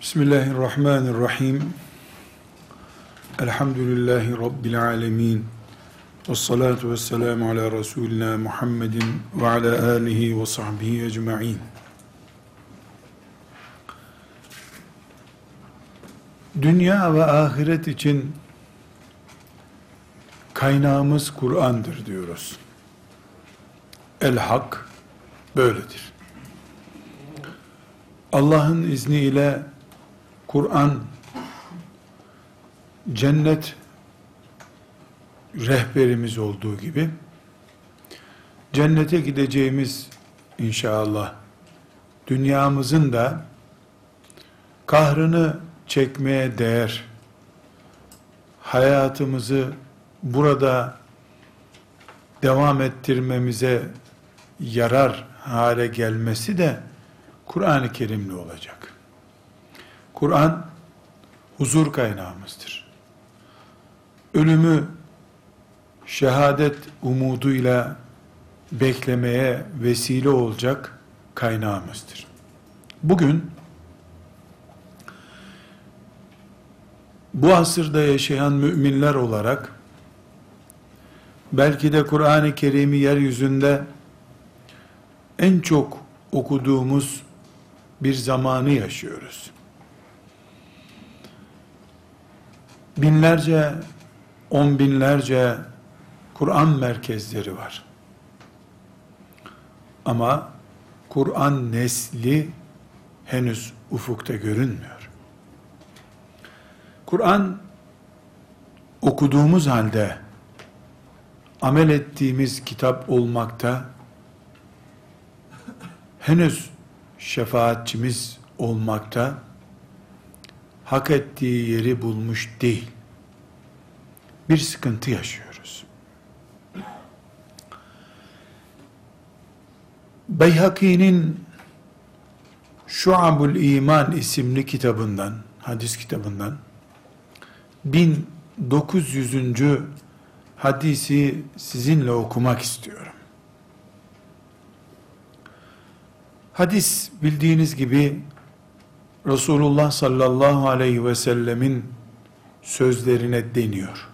Bismillahirrahmanirrahim. Elhamdülillahi Rabbil alemin. Vessalatu vesselamu ala Resulina Muhammedin ve ala alihi ve sahbihi ecma'in. Dünya ve ahiret için kaynağımız Kur'an'dır diyoruz. El-Hak böyledir. Allah'ın izniyle Kur'an cennet rehberimiz olduğu gibi cennete gideceğimiz inşallah dünyamızın da kahrını çekmeye değer hayatımızı burada devam ettirmemize yarar hale gelmesi de Kur'an-ı Kerim'le olacak. Kur'an huzur kaynağımızdır. Ölümü şehadet umuduyla beklemeye vesile olacak kaynağımızdır. Bugün bu asırda yaşayan müminler olarak belki de Kur'an-ı Kerim'i yeryüzünde en çok okuduğumuz bir zamanı yaşıyoruz. Binlerce, on binlerce Kur'an merkezleri var. Ama Kur'an nesli henüz ufukta görünmüyor. Kur'an okuduğumuz halde amel ettiğimiz kitap olmakta, henüz şefaatçimiz olmakta, hak ettiği yeri bulmuş değil. Bir sıkıntı yaşıyoruz. Beyhaki'nin Şuabul İman isimli kitabından, hadis kitabından 1900. hadisi sizinle okumak istiyorum. Hadis bildiğiniz gibi Resulullah sallallahu aleyhi ve sellemin sözlerine deniyor.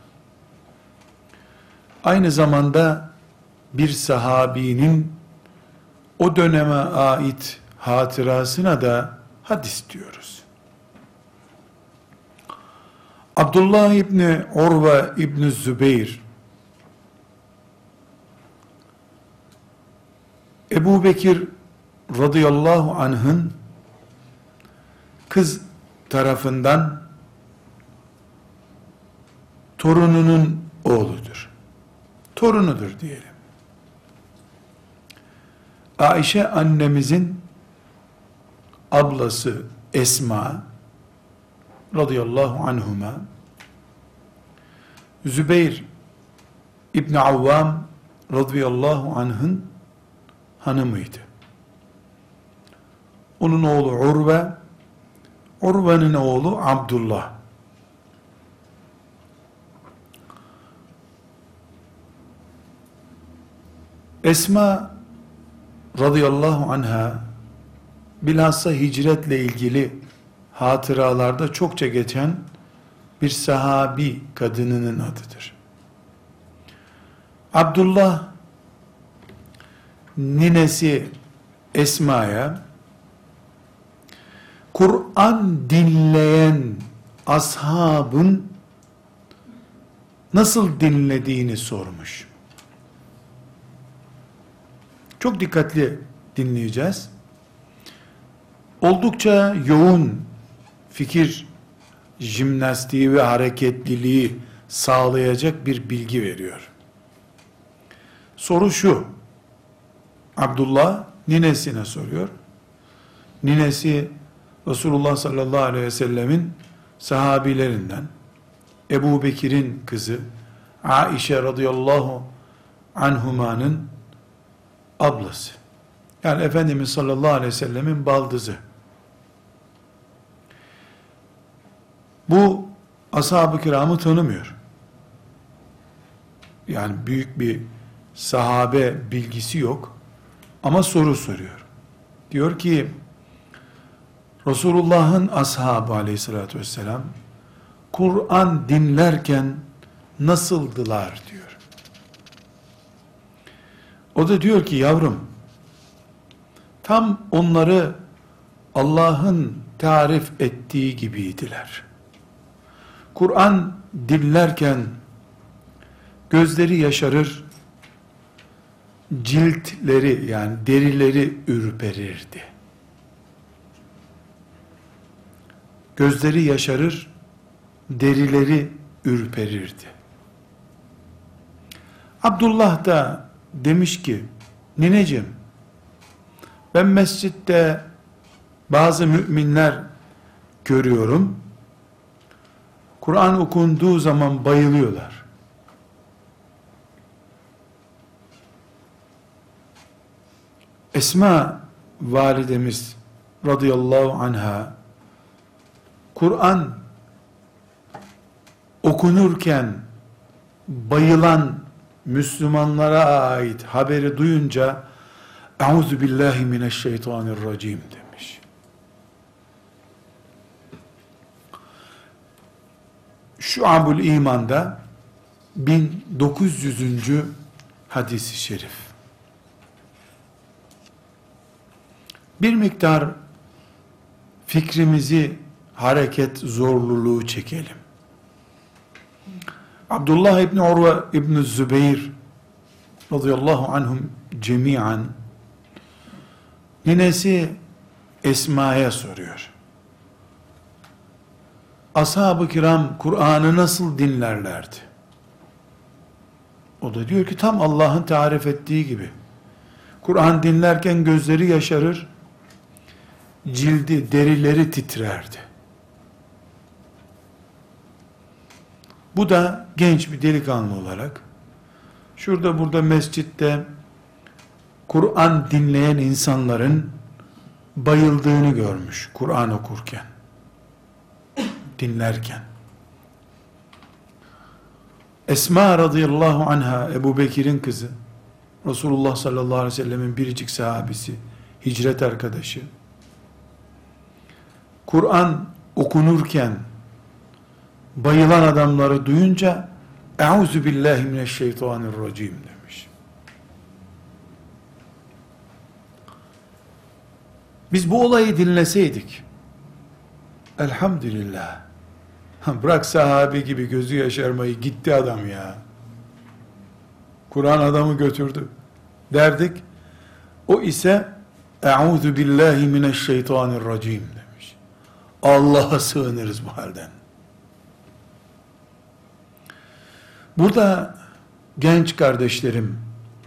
Aynı zamanda bir sahabinin o döneme ait hatırasına da hadis diyoruz. Abdullah İbni Urve İbni Zübeyir, Ebu Bekir radıyallahu anh'ın kız tarafından torununun oğludur. Torunudur diyelim. Ayşe annemizin ablası Esma radıyallahu anhuma, Zübeyir İbni Avvam radıyallahu anh'ın hanımıydı. Onun oğlu Urve, Urve'nin oğlu Abdullah. Esma radıyallahu anha bilhassa hicretle ilgili hatıralarda çokça geçen bir sahabi kadınının adıdır. Abdullah ninesi Esma'ya Kur'an dinleyen ashabın nasıl dinlediğini sormuş. Çok dikkatli dinleyeceğiz. Oldukça yoğun fikir jimnastiği ve hareketliliği sağlayacak bir bilgi veriyor. Soru şu: Abdullah ninesine soruyor. Ninesi Resulullah sallallahu aleyhi ve sellemin sahabilerinden, Ebu Bekir'in kızı Aişe radıyallahu anhumanın ablası. Yani Efendimiz sallallahu aleyhi ve sellemin baldızı. Bu ashab-ı kiramı tanımıyor. Yani büyük bir sahabe bilgisi yok. Ama soru soruyor. Diyor ki, Resulullah'ın ashabı aleyhissalatü vesselam Kur'an dinlerken nasıldılar diyor. O da diyor ki yavrum, tam onları Allah'ın tarif ettiği gibiydiler. Kur'an dinlerken gözleri yaşarır, ciltleri yani derileri ürperirdi. Gözleri yaşarır, derileri ürperirdi. Abdullah da demiş ki, nineciğim, ben mescitte bazı müminler görüyorum, Kur'an okunduğu zaman bayılıyorlar. Esma validemiz radıyallahu anha, Kur'an okunurken bayılan Müslümanlara ait haberi duyunca "Euzu billahi mineşşeytanirracim" demiş. Şuabul İman'da 1900. hadis-i şerif. Bir miktar fikrimizi hareket zorluluğu çekelim. Abdullah İbni Urve İbni Zübeyir radıyallahu anhum cemiyen ninesi Esma'ya soruyor. Ashab-ı kiram Kur'an'ı nasıl dinlerlerdi? O da diyor ki tam Allah'ın tarif ettiği gibi. Kur'an dinlerken gözleri yaşarır, cildi, derileri titrerdi. Bu da genç bir delikanlı olarak şurada burada mescitte Kur'an dinleyen insanların bayıldığını görmüş Kur'an okurken, dinlerken. Esma radıyallahu anha, Ebu Bekir'in kızı, Resulullah sallallahu aleyhi ve sellemin biricik sahabisi, hicret arkadaşı, Kur'an okunurken bayılan adamları duyunca "Euzu billahi mineşşeytanirracim" demiş. Biz bu olayı dinleseydik, elhamdülillah, bırak sahabe gibi gözü yaşarmayı, gitti adam ya, Kur'an adamı götürdü derdik. O ise "Euzu billahi mineşşeytanirracim" demiş. Allah'a sığınırız bu halden. Burada genç kardeşlerim,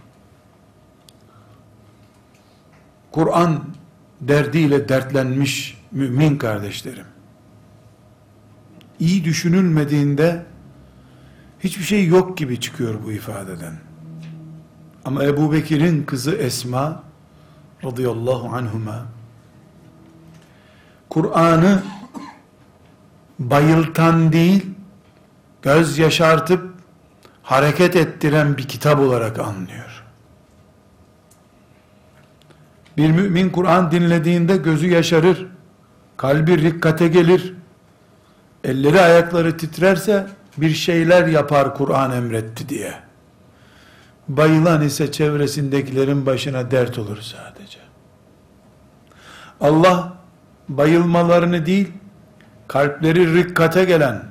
Kur'an derdiyle dertlenmiş mümin kardeşlerim, iyi düşünülmediğinde hiçbir şey yok gibi çıkıyor bu ifadeden. Ama Ebu Bekir'in kızı Esma radıyallahu anhuma, Kur'an'ı bayıltan değil, göz yaşartıp hareket ettiren bir kitap olarak anlıyor. Bir mümin Kur'an dinlediğinde gözü yaşarır, kalbi rikkate gelir, elleri ayakları titrerse bir şeyler yapar Kur'an emretti diye. Bayılan ise çevresindekilerin başına dert olur sadece. Allah bayılmalarını değil, kalpleri rikkate gelen,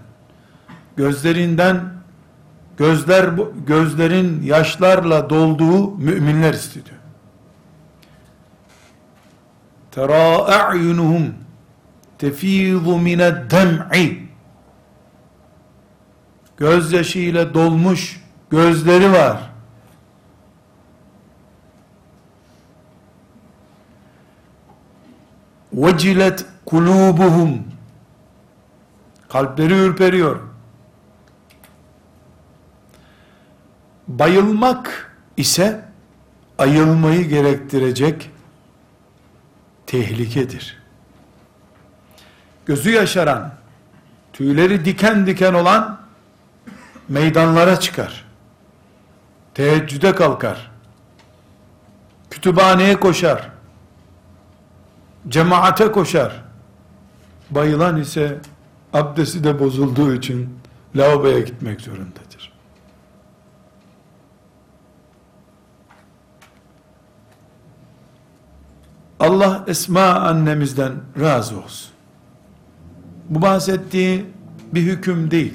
gözlerin yaşlarla dolduğu müminler istiyor. Tera a'yunuhum tefizu mined-dem'i, gözyaşıyla dolmuş gözleri var. Vecilet kulubuhum, kalpleri ürperiyor. Bayılmak ise ayılmayı gerektirecek tehlikedir. Gözü yaşaran, tüyleri diken diken olan meydanlara çıkar. Teheccüde kalkar. Kütüphaneye koşar. Cemaate koşar. Bayılan ise abdesti de bozulduğu için lavaboya gitmek zorundadır. Allah Esma annemizden razı olsun. Bu bahsettiği bir hüküm değil.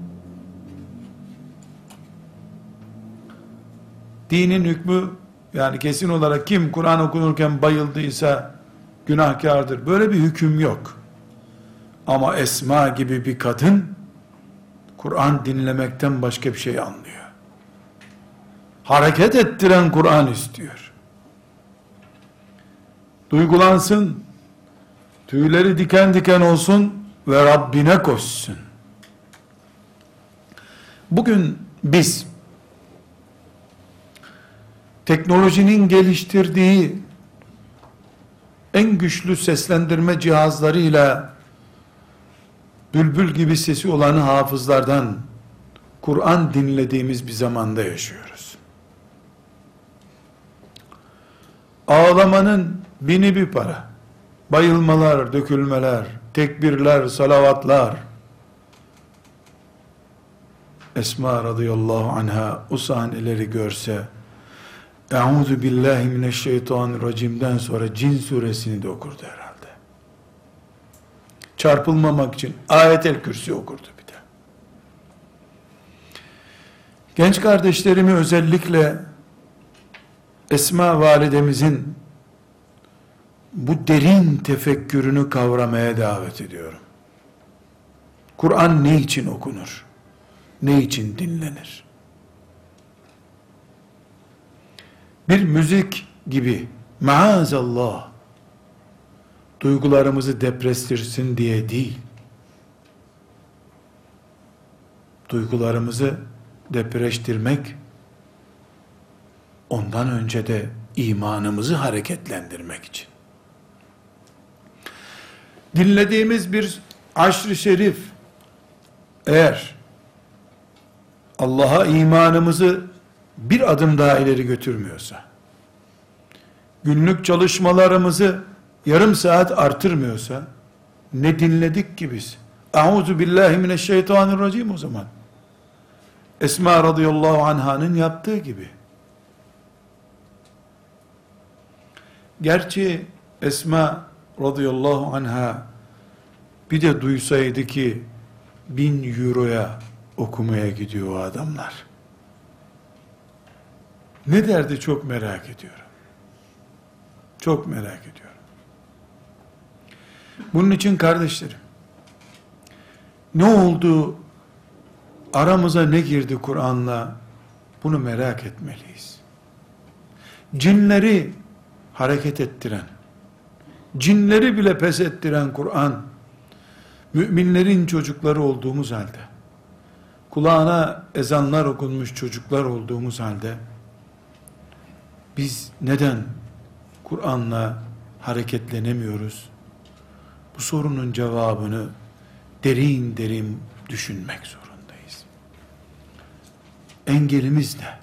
Dinin hükmü, yani kesin olarak kim Kur'an okunurken bayıldıysa günahkardır. Böyle bir hüküm yok. Ama Esma gibi bir kadın Kur'an dinlemekten başka bir şey anlıyor. Hareket ettiren Kur'an istiyor. Duygulansın, tüyleri diken diken olsun ve Rabbine koşsun. Bugün biz teknolojinin geliştirdiği en güçlü seslendirme cihazlarıyla bülbül gibi sesi olan hafızlardan Kur'an dinlediğimiz bir zamanda yaşıyoruz. Ağlamanın bini bir para. Bayılmalar, dökülmeler, tekbirler, salavatlar. Esma radıyallahu anha o sahneleri görse, Euzu billahi mineşşeytanirracim'den sonra Cin suresini de okurdu herhalde. Çarpılmamak için Ayet-el Kürsi okurdu bir de. Genç kardeşlerimi özellikle Esma validemizin bu derin tefekkürünü kavramaya davet ediyorum. Kur'an ne için okunur? Ne için dinlenir? Bir müzik gibi maazallah duygularımızı deprestirsin diye değil, duygularımızı depreştirmek, ondan önce de imanımızı hareketlendirmek için. Dinlediğimiz bir aşr-ı şerif, eğer Allah'a imanımızı bir adım daha ileri götürmüyorsa, günlük çalışmalarımızı yarım saat artırmıyorsa, ne dinledik ki biz? Euzu billahi mineşşeytanirracim o zaman. Esma radıyallahu anh'ın yaptığı gibi. Gerçi Esma radıyallahu anha bir de duysaydı ki 1000 euroya okumaya gidiyor o adamlar. Ne derdi çok merak ediyorum. Çok merak ediyorum. Bunun için kardeşlerim, ne oldu, aramıza ne girdi Kur'an'la, bunu merak etmeliyiz. Cinleri hareket ettiren, cinleri bile pes ettiren Kur'an, müminlerin çocukları olduğumuz halde, kulağına ezanlar okunmuş çocuklar olduğumuz halde, biz neden Kur'an'la hareketlenemiyoruz? Bu sorunun cevabını derin derin düşünmek zorundayız. Engelimiz ne?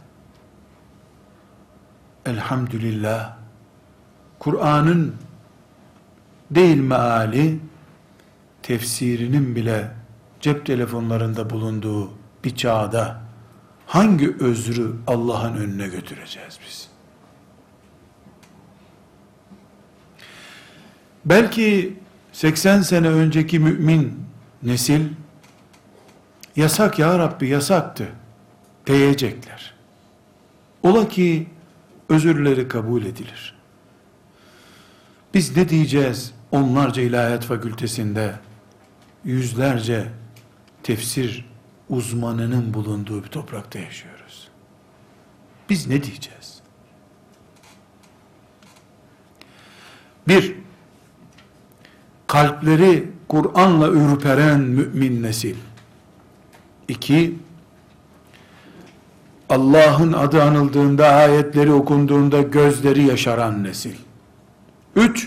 Elhamdülillah, Kur'an'ın değil meali, tefsirinin bile cep telefonlarında bulunduğu bir çağda hangi özrü Allah'ın önüne götüreceğiz biz? Belki 80 sene önceki mümin nesil, yasak ya Rabbi yasaktı diyecekler. Ola ki özürleri kabul edilir. Biz ne diyeceğiz? Onlarca ilahiyat fakültesinde yüzlerce tefsir uzmanının bulunduğu bir toprakta yaşıyoruz. Biz ne diyeceğiz? Bir, kalpleri Kur'an'la ürperen mümin nesil. İki, Allah'ın adı anıldığında, ayetleri okunduğunda gözleri yaşaran nesil. Üç,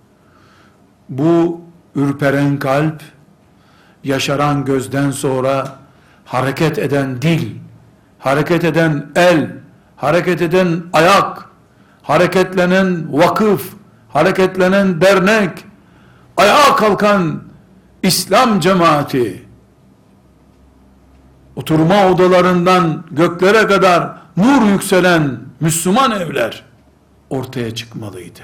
bu ürperen kalp, yaşaran gözden sonra hareket eden dil, hareket eden el, hareket eden ayak, hareketlenen vakıf, hareketlenen dernek, ayağa kalkan İslam cemaati, oturma odalarından göklere kadar nur yükselen Müslüman evler ortaya çıkmalıydı.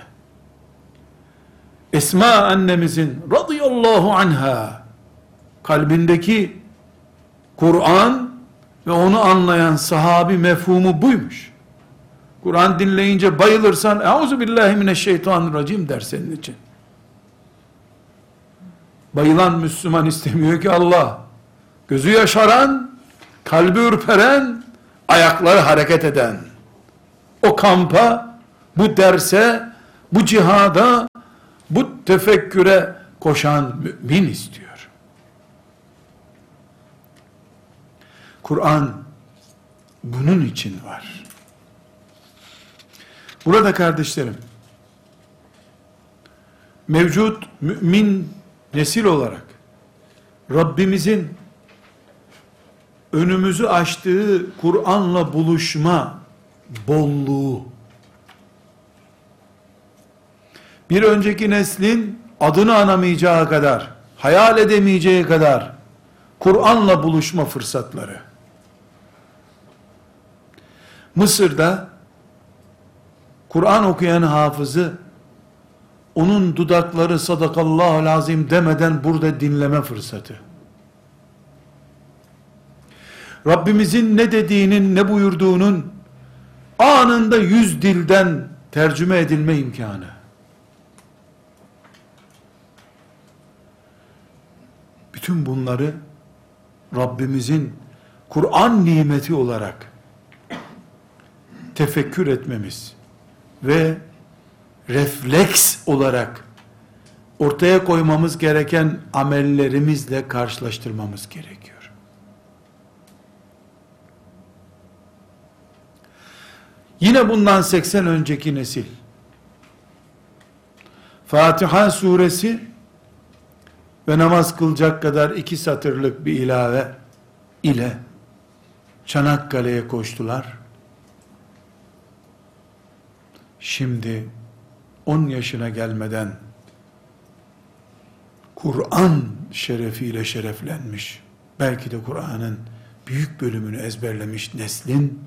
Esma annemizin radıyallahu anha kalbindeki Kur'an ve onu anlayan sahabi mefhumu buymuş. Kur'an dinleyince bayılırsan Euzubillahimineşşeytanirracim der senin için. Bayılan Müslüman istemiyor ki Allah. Gözü yaşaran, kalbi ürperen, ayakları hareket eden, o kampa, bu derse, bu cihada, bu tefekküre koşan mümin istiyor. Kur'an bunun için var. Burada kardeşlerim, mevcut mümin nesil olarak Rabbimizin önümüzü açtığı Kur'an'la buluşma bolluğu, bir önceki neslin adını anamayacağı kadar, hayal edemeyeceği kadar Kur'an'la buluşma fırsatları. Mısır'da Kur'an okuyan hafızı, onun dudakları sadakallahul azim demeden burada dinleme fırsatı. Rabbimizin ne dediğinin, ne buyurduğunun anında 100 dilden tercüme edilme imkanı. Bütün bunları Rabbimizin Kur'an nimeti olarak tefekkür etmemiz ve refleks olarak ortaya koymamız gereken amellerimizle karşılaştırmamız gerekiyor. Yine bundan 80 önceki nesil, Fatiha suresi ve namaz kılacak kadar 2 satırlık bir ilave ile Çanakkale'ye koştular. Şimdi 10 yaşına gelmeden Kur'an şerefiyle şereflenmiş, belki de Kur'an'ın büyük bölümünü ezberlemiş neslin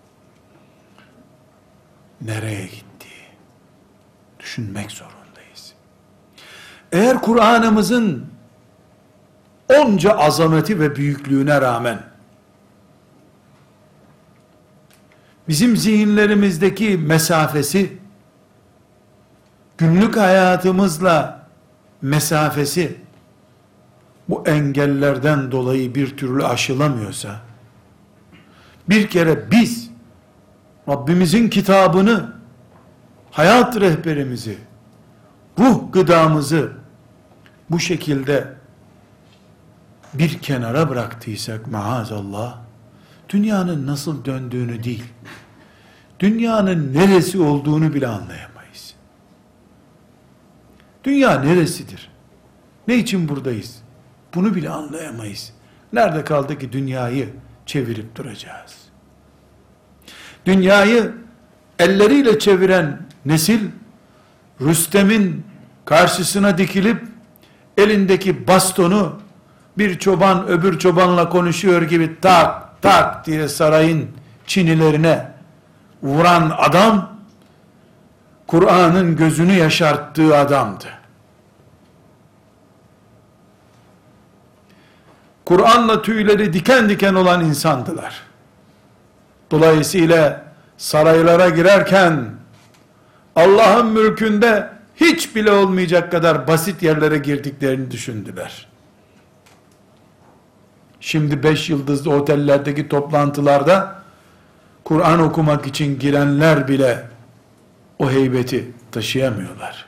nereye gittiği düşünmek zorundayız. Eğer Kur'an'ımızın onca azameti ve büyüklüğüne rağmen bizim zihinlerimizdeki mesafesi, günlük hayatımızla mesafesi bu engellerden dolayı bir türlü aşılamıyorsa, bir kere biz Rabbimizin kitabını, hayat rehberimizi, ruh gıdamızı bu şekilde bir kenara bıraktıysak maazallah, dünyanın nasıl döndüğünü değil, dünyanın neresi olduğunu bile anlayamayız. Dünya neresidir? Ne için buradayız? Bunu bile anlayamayız. Nerede kaldı ki dünyayı çevirip duracağız? Dünyayı elleriyle çeviren nesil, Rüstem'in karşısına dikilip elindeki bastonu bir çoban öbür çobanla konuşuyor gibi tak tak diye sarayın çinilerine vuran adam, Kur'an'ın gözünü yaşarttığı adamdı. Kur'an'la tüyleri diken diken olan insandılar. Dolayısıyla saraylara girerken Allah'ın mülkünde hiç bile olmayacak kadar basit yerlere girdiklerini düşündüler. Şimdi 5 yıldızlı otellerdeki toplantılarda Kur'an okumak için girenler bile o heybeti taşıyamıyorlar.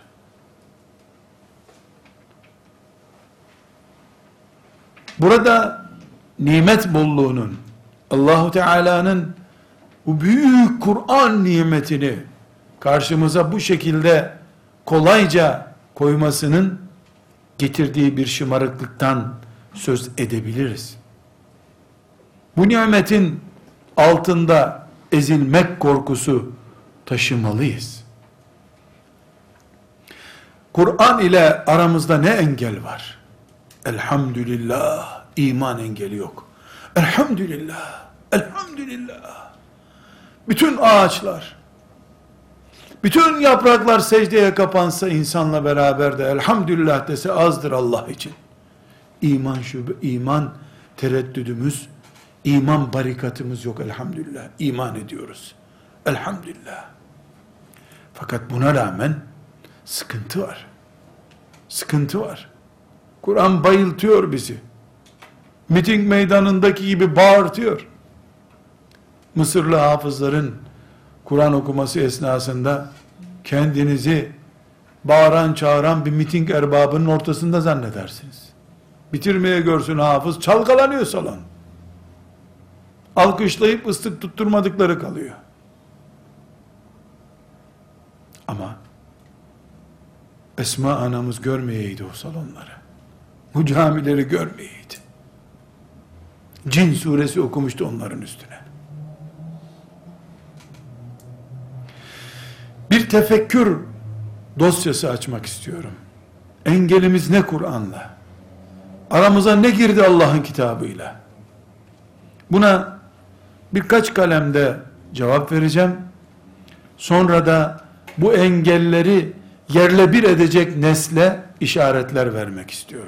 Burada nimet bolluğunun, Allahu Teala'nın bu büyük Kur'an nimetini karşımıza bu şekilde kolayca koymasının getirdiği bir şımarıklıktan söz edebiliriz. Bu nimetin altında ezilmek korkusu taşımalıyız. Kur'an ile aramızda ne engel var? Elhamdülillah, iman engeli yok. Elhamdülillah, elhamdülillah. Bütün ağaçlar, bütün yapraklar secdeye kapansa insanla beraber de elhamdülillah dese azdır Allah için. İman tereddüdümüz, iman barikatımız yok elhamdülillah. İman ediyoruz. Elhamdülillah. Fakat buna rağmen sıkıntı var. Sıkıntı var. Kur'an bayıltıyor bizi. Miting meydanındaki gibi bağırtıyor. Mısırlı hafızların Kur'an okuması esnasında kendinizi bağıran çağıran bir miting erbabının ortasında zannedersiniz. Bitirmeye görsün hafız, çalkalanıyor salon. Alkışlayıp ıslık tutturmadıkları kalıyor. Ama Esma anamız görmeyeydi o salonları. Bu camileri görmeyeydi. Cin suresi okumuştu onların üstüne. Bir tefekkür dosyası açmak istiyorum. Engelimiz ne Kur'an'la? Aramıza ne girdi Allah'ın kitabıyla? Buna birkaç kalemde cevap vereceğim. Sonra da bu engelleri yerle bir edecek nesle işaretler vermek istiyorum.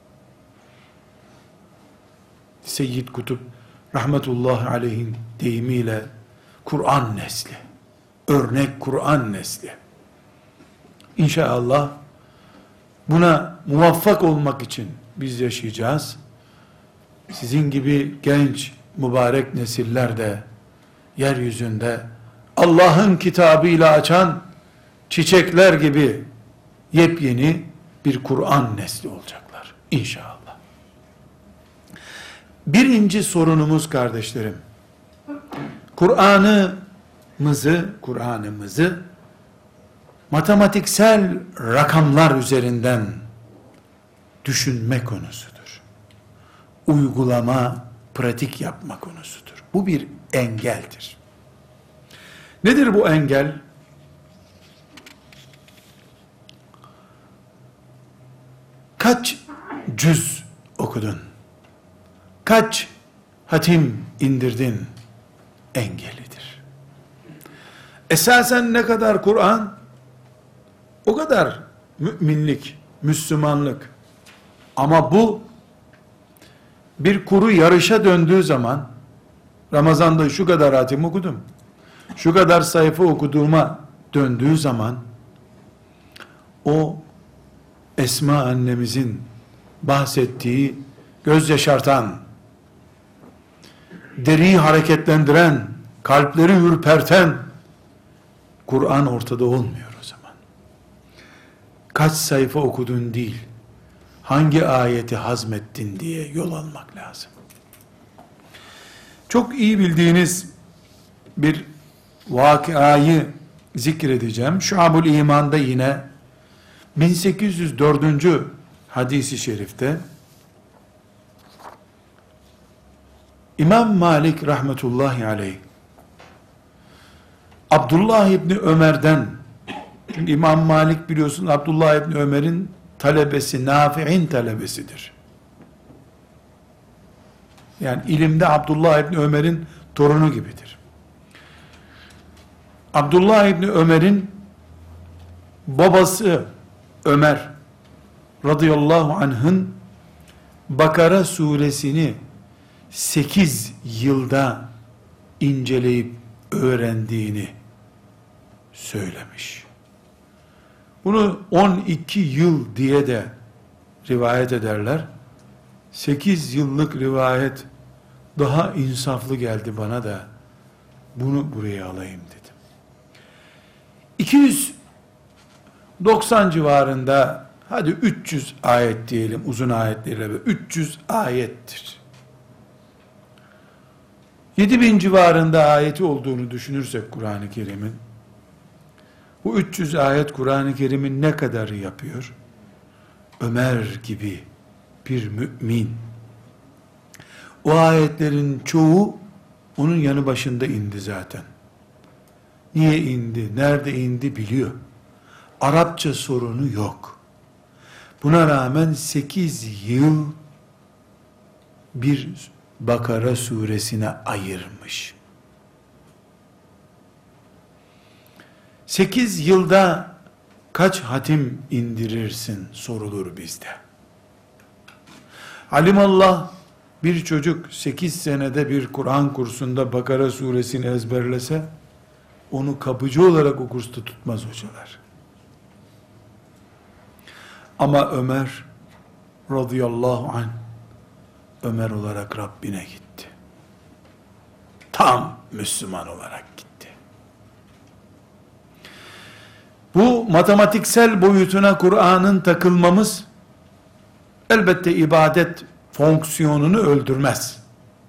Seyyid Kutup rahmetullahi aleyhin deyimiyle Kur'an nesli, örnek Kur'an nesli. İnşallah buna muvaffak olmak için biz yaşayacağız. Sizin gibi genç, mübarek nesiller de yeryüzünde Allah'ın kitabıyla açan çiçekler gibi yepyeni bir Kur'an nesli olacaklar. İnşallah. Birinci sorunumuz kardeşlerim, Kur'an'ımızı matematiksel rakamlar üzerinden düşünme konusudur. Uygulama, pratik yapma konusudur. Bu bir engeldir. Nedir bu engel? Kaç cüz okudun? Kaç hatim indirdin? Engelidir. Esasen ne kadar Kur'an, o kadar müminlik, Müslümanlık. Ama bu bir kuru yarışa döndüğü zaman, Ramazan'da şu kadar hatim okudum, şu kadar sayfa okuduğuma döndüğü zaman, o Esma annemizin bahsettiği, göz yaşartan, deriyi hareketlendiren, kalpleri ürperten Kur'an ortada olmuyor o zaman. Kaç sayfa okudun değil, hangi ayeti hazmettin diye yol almak lazım. Çok iyi bildiğiniz bir vakayı zikredeceğim. Şuab-ül İman'da yine 1804. hadisi şerifte İmam Malik rahmetullahi aleyh Abdullah İbni Ömer'den, çünkü İmam Malik biliyorsun Abdullah İbni Ömer'in talebesi, Nafi'in talebesidir. Yani ilimde Abdullah İbni Ömer'in torunu gibidir. Abdullah İbni Ömer'in babası Ömer radıyallahu anh'ın Bakara suresini 8 yılda inceleyip öğrendiğini söylemiş. Bunu 12 yıl diye de rivayet ederler. 8 yıllık rivayet daha insaflı geldi bana da bunu buraya alayım dedim. 290 civarında, hadi 300 ayet diyelim, uzun ayetlerle 300 ayettir. 7000 civarında ayeti olduğunu düşünürsek Kur'an-ı Kerim'in, bu 300 ayet Kur'an-ı Kerim'in ne kadarı yapıyor? Ömer gibi bir mümin, o ayetlerin çoğu onun yanı başında indi zaten. Niye indi, nerede indi biliyor. Arapça sorunu yok. Buna rağmen 8 yıl bir Bakara suresine ayırmış. 8 yılda kaç hatim indirirsin sorulur bizde. Alimallah, bir çocuk 8 senede bir Kur'an kursunda Bakara suresini ezberlese, onu kapıcı olarak o kursta tutmaz hocalar. Ama Ömer radıyallahu anh, Ömer olarak Rabbine gitti. Tam Müslüman olarak gitti. Bu matematiksel boyutuna Kur'an'ın takılmamız, elbette ibadet fonksiyonunu öldürmez.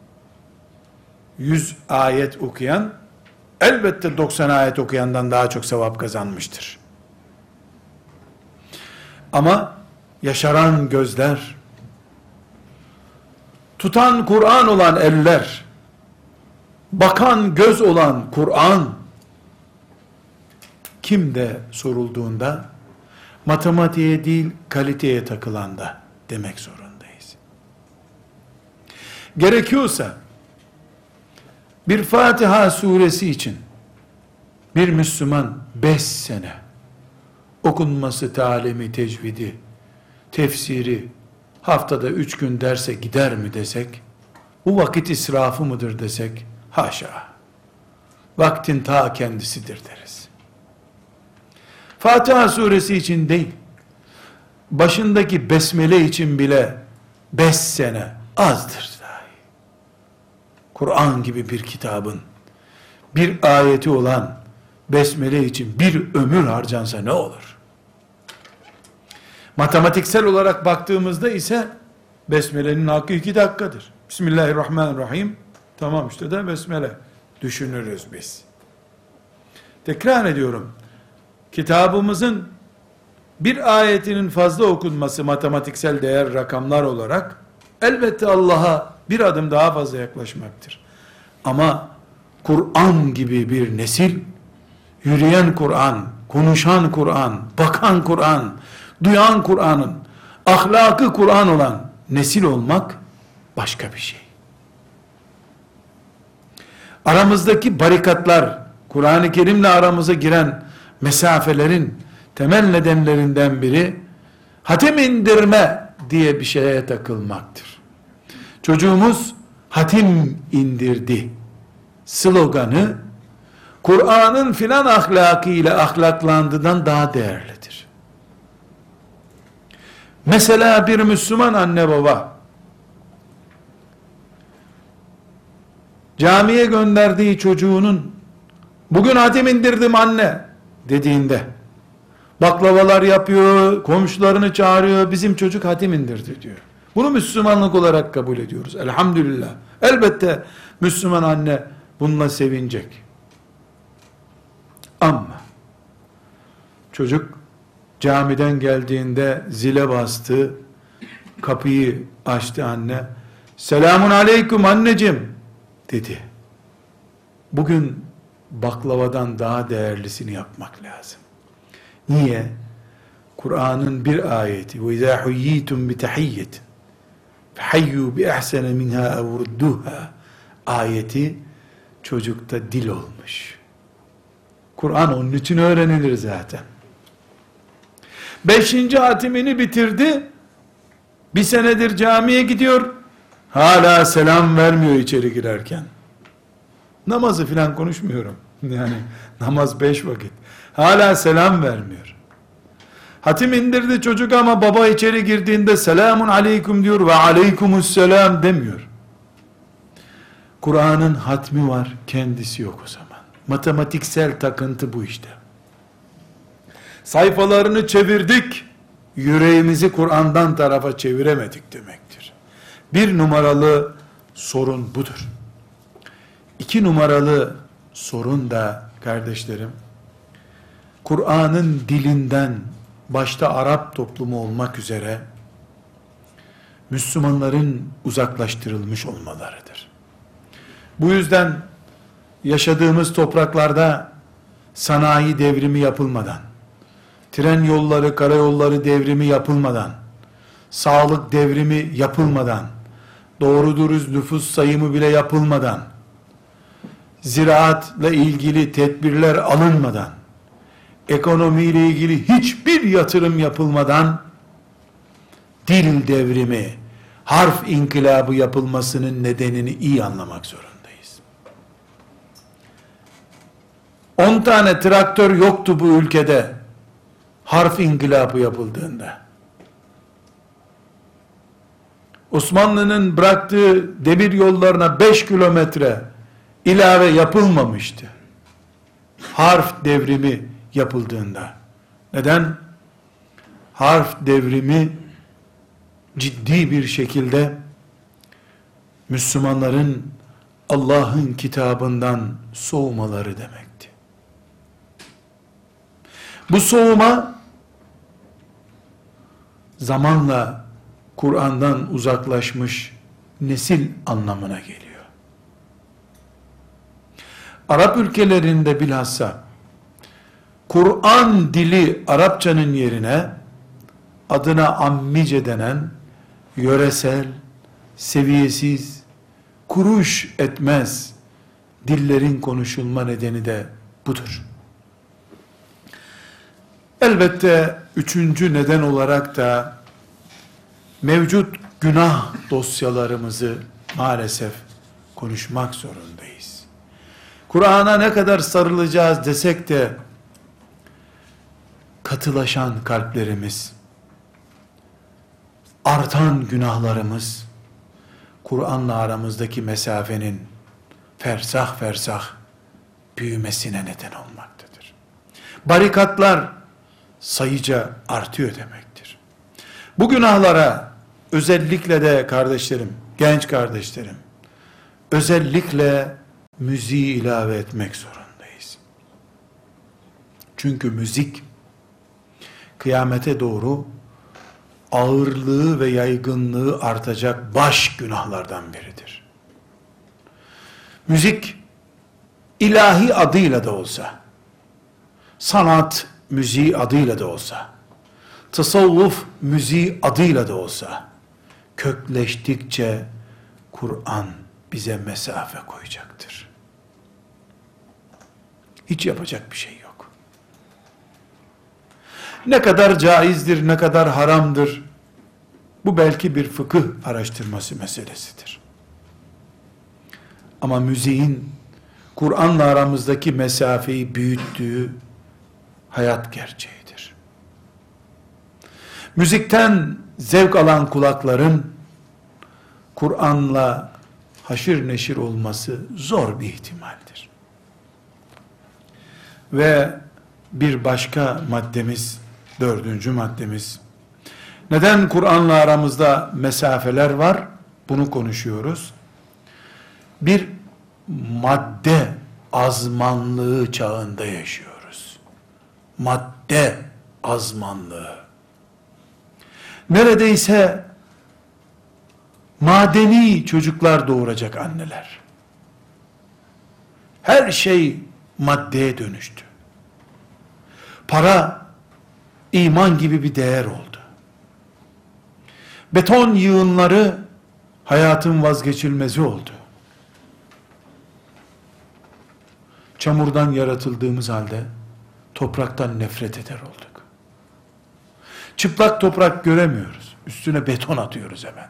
100 ayet okuyan, elbette 90 ayet okuyandan daha çok sevap kazanmıştır. Ama yaşaran gözler, tutan Kur'an olan eller, bakan göz olan Kur'an, kimde sorulduğunda, matematiğe değil kaliteye takılan da demek zorundayız. Gerekiyorsa, bir Fatiha suresi için, bir Müslüman 5 sene, okunması, talimi, tecvidi, tefsiri, haftada 3 gün derse gider mi desek, bu vakit israfı mıdır desek, haşa, vaktin ta kendisidir deriz. Fatiha suresi için değil, başındaki besmele için bile 5 sene azdır dahi. Kur'an gibi bir kitabın, bir ayeti olan besmele için bir ömür harcansa ne olur? Matematiksel olarak baktığımızda ise besmelenin hakkı 2 dakikadır. Bismillahirrahmanirrahim. Tamam işte de besmele düşünürüz biz. Tekrar ediyorum. Kitabımızın bir ayetinin fazla okunması matematiksel değer rakamlar olarak elbette Allah'a bir adım daha fazla yaklaşmaktır. Ama Kur'an gibi bir nesil, yürüyen Kur'an, konuşan Kur'an, bakan Kur'an, duyan Kur'an'ın, ahlakı Kur'an olan nesil olmak başka bir şey. Aramızdaki barikatlar, Kur'an-ı Kerim'le aramıza giren mesafelerin temel nedenlerinden biri, hatim indirme diye bir şeye takılmaktır. Çocuğumuz hatim indirdi sloganı, Kur'an'ın filan ahlakıyla ahlaklandığından daha değerlidir. Mesela bir Müslüman anne baba, camiye gönderdiği çocuğunun, bugün hatim indirdim anne dediğinde, baklavalar yapıyor, komşularını çağırıyor, bizim çocuk hatim indirdi diyor. Bunu Müslümanlık olarak kabul ediyoruz. Elhamdülillah. Elbette Müslüman anne bununla sevinecek. Ama çocuk camiden geldiğinde zile bastı, kapıyı açtı anne. Selamun aleyküm anneciğim dedi. Bugün baklavadan daha değerlisini yapmak lazım. Niye? Kur'an'ın bir ayeti وَاِذَا حُيِّيتُمْ بِتَحِيَّةٍ فَحَيُّوا بِأَحْسَنَ مِنْهَا اَوْرُدُّهَا ayeti çocukta dil olmuş. Kur'an onun için öğrenilir zaten. 5. hatimini bitirdi. Bir senedir camiye gidiyor. Hala selam vermiyor içeri girerken. Namazı filan konuşmuyorum. Yani namaz 5 vakit. Hala selam vermiyor. Hatim indirdi çocuk ama baba içeri girdiğinde selamun aleyküm diyor ve aleykümüsselam demiyor. Kur'an'ın hatmi var, kendisi yok o zaman. Matematiksel takıntı bu işte. Sayfalarını çevirdik, yüreğimizi Kur'an'dan tarafa çeviremedik demektir. 1 numaralı sorun budur. 2 numaralı sorun da kardeşlerim, Kur'an'ın dilinden, başta Arap toplumu olmak üzere, Müslümanların uzaklaştırılmış olmalarıdır. Bu yüzden yaşadığımız topraklarda sanayi devrimi yapılmadan, tren yolları, karayolları devrimi yapılmadan, sağlık devrimi yapılmadan, doğru dürüst nüfus sayımı bile yapılmadan, ziraatla ilgili tedbirler alınmadan, ekonomiyle ilgili hiçbir yatırım yapılmadan, dil devrimi, harf inkılabı yapılmasının nedenini iyi anlamak zorundayız. 10 tane traktör yoktu bu ülkede harf inkılabı yapıldığında. Osmanlı'nın bıraktığı demir yollarına 5 kilometre ilave yapılmamıştı. Harf devrimi yapıldığında. Neden? Harf devrimi ciddi bir şekilde Müslümanların Allah'ın kitabından soğumaları demekti. Bu soğuma zamanla Kur'an'dan uzaklaşmış nesil anlamına geliyor. Arap ülkelerinde bilhassa Kur'an dili Arapçanın yerine adına ammice denen yöresel, seviyesiz, kuruş etmez dillerin konuşulma nedeni de budur. Elbette üçüncü neden olarak da mevcut günah dosyalarımızı maalesef konuşmak zorundayız. Kur'an'a ne kadar sarılacağız desek de katılaşan kalplerimiz, artan günahlarımız, Kur'an'la aramızdaki mesafenin fersah fersah büyümesine neden olmaktadır. Barikatlar sayıca artıyor demektir. Bu günahlara özellikle de kardeşlerim, genç kardeşlerim, özellikle müziği ilave etmek zorundayız. Çünkü müzik kıyamete doğru ağırlığı ve yaygınlığı artacak baş günahlardan biridir. Müzik ilahi adıyla da olsa, sanat müziği adıyla da olsa, tasavvuf müziği adıyla da olsa, kökleştikçe Kur'an bize mesafe koyacaktır. Hiç yapacak bir şey yok. Ne kadar caizdir, ne kadar haramdır, bu belki bir fıkıh araştırması meselesidir. Ama müziğin Kur'an'la aramızdaki mesafeyi büyüttüğü hayat gerçeğidir. Müzikten zevk alan kulakların Kur'an'la haşır neşir olması zor bir ihtimaldir. Ve bir başka maddemiz, dördüncü maddemiz, neden Kur'an'la aramızda mesafeler var? Bunu konuşuyoruz. Bir madde azmanlığı çağında yaşıyoruz. Madde azmanlığı. Neredeyse madeni çocuklar doğuracak anneler. Her şey maddeye dönüştü. Para, iman gibi bir değer oldu. Beton yığınları hayatın vazgeçilmezi oldu. Çamurdan yaratıldığımız halde topraktan nefret eder olduk. Çıplak toprak göremiyoruz. Üstüne beton atıyoruz hemen.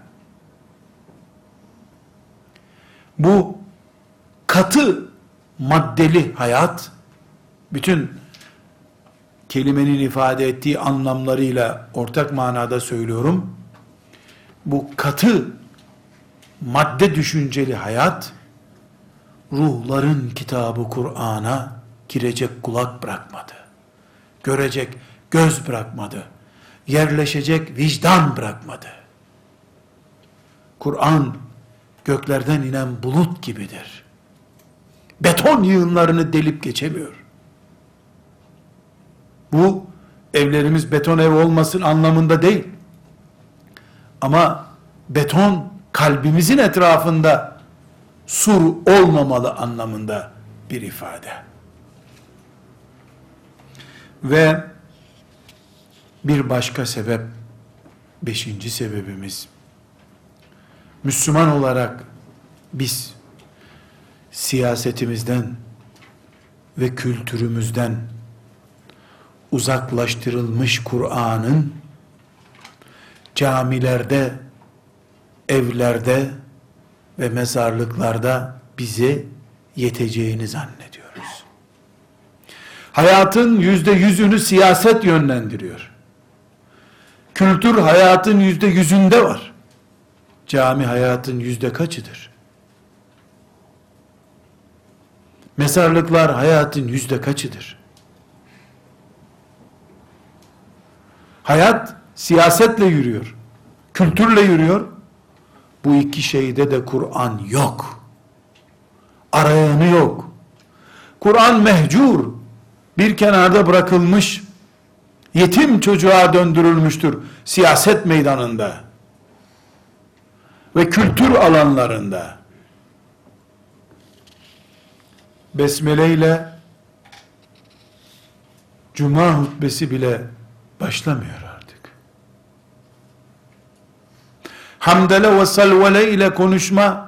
Bu katı maddeli hayat, bütün kelimenin ifade ettiği anlamlarıyla ortak manada söylüyorum, bu katı madde düşünceli hayat, ruhların kitabı Kur'an'a girecek kulak bırakmadı. Görecek göz bırakmadı. Yerleşecek vicdan bırakmadı. Kur'an göklerden inen bulut gibidir. Beton yığınlarını delip geçemiyor. Bu evlerimiz beton ev olmasın anlamında değil. Ama beton kalbimizin etrafında sur olmamalı anlamında bir ifade. Ve bir başka sebep Beşinci sebebimiz, Müslüman olarak biz siyasetimizden ve kültürümüzden uzaklaştırılmış Kur'an'ın camilerde, evlerde ve mezarlıklarda bize yeteceğini zannediyoruz. Hayatın %100'ünü siyaset yönlendiriyor. Kültür hayatın %100'ünde var. Cami hayatın kaçıdır? Mezarlıklar hayatın kaçıdır? Hayat siyasetle yürüyor. Kültürle yürüyor. Bu iki şeyde de Kur'an yok. Arayanı yok. Kur'an mehcur, bir kenarda bırakılmış, yetim çocuğa döndürülmüştür siyaset meydanında ve kültür alanlarında. Besmele ile Cuma hutbesi bile başlamıyor artık. Hamdele ve salvele ile konuşma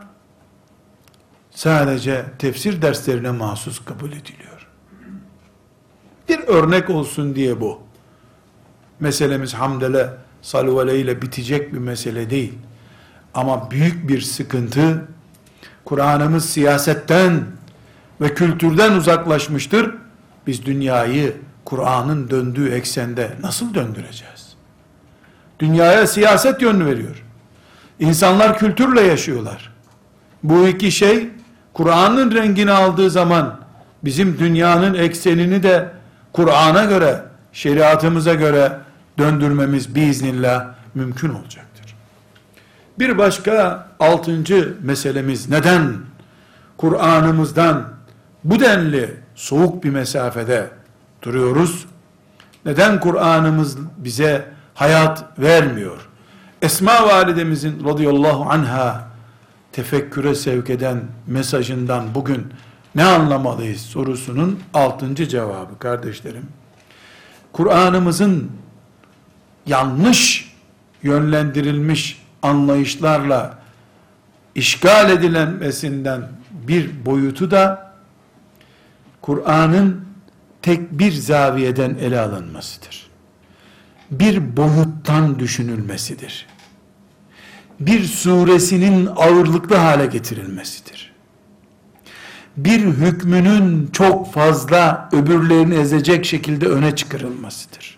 sadece tefsir derslerine mahsus kabul ediliyor. Bir örnek olsun diye bu. Meselemiz hamdele, salvele ile bitecek bir mesele değil. Ama büyük bir sıkıntı, Kur'an'ımız siyasetten ve kültürden uzaklaşmıştır. Biz dünyayı Kur'an'ın döndüğü eksende nasıl döndüreceğiz? Dünyaya siyaset yönü veriyor. İnsanlar kültürle yaşıyorlar. Bu iki şey Kur'an'ın rengini aldığı zaman bizim dünyanın eksenini de Kur'an'a göre, şeriatımıza göre döndürmemiz biiznillah mümkün olacaktır. Bir başka 6. meselemiz, neden Kur'an'ımızdan bu denli soğuk bir mesafede duruyoruz? Neden Kur'an'ımız bize hayat vermiyor? Esma validemizin radıyallahu anha tefekküre sevk eden mesajından bugün ne anlamalıyız sorusunun 6. cevabı kardeşlerim. Kur'an'ımızın yanlış yönlendirilmiş anlayışlarla işgal edilenmesinden bir boyutu da Kur'an'ın tek bir zaviyeden ele alınmasıdır. Bir boyuttan düşünülmesidir. Bir suresinin ağırlıklı hale getirilmesidir. Bir hükmünün çok fazla öbürlerini ezecek şekilde öne çıkarılmasıdır.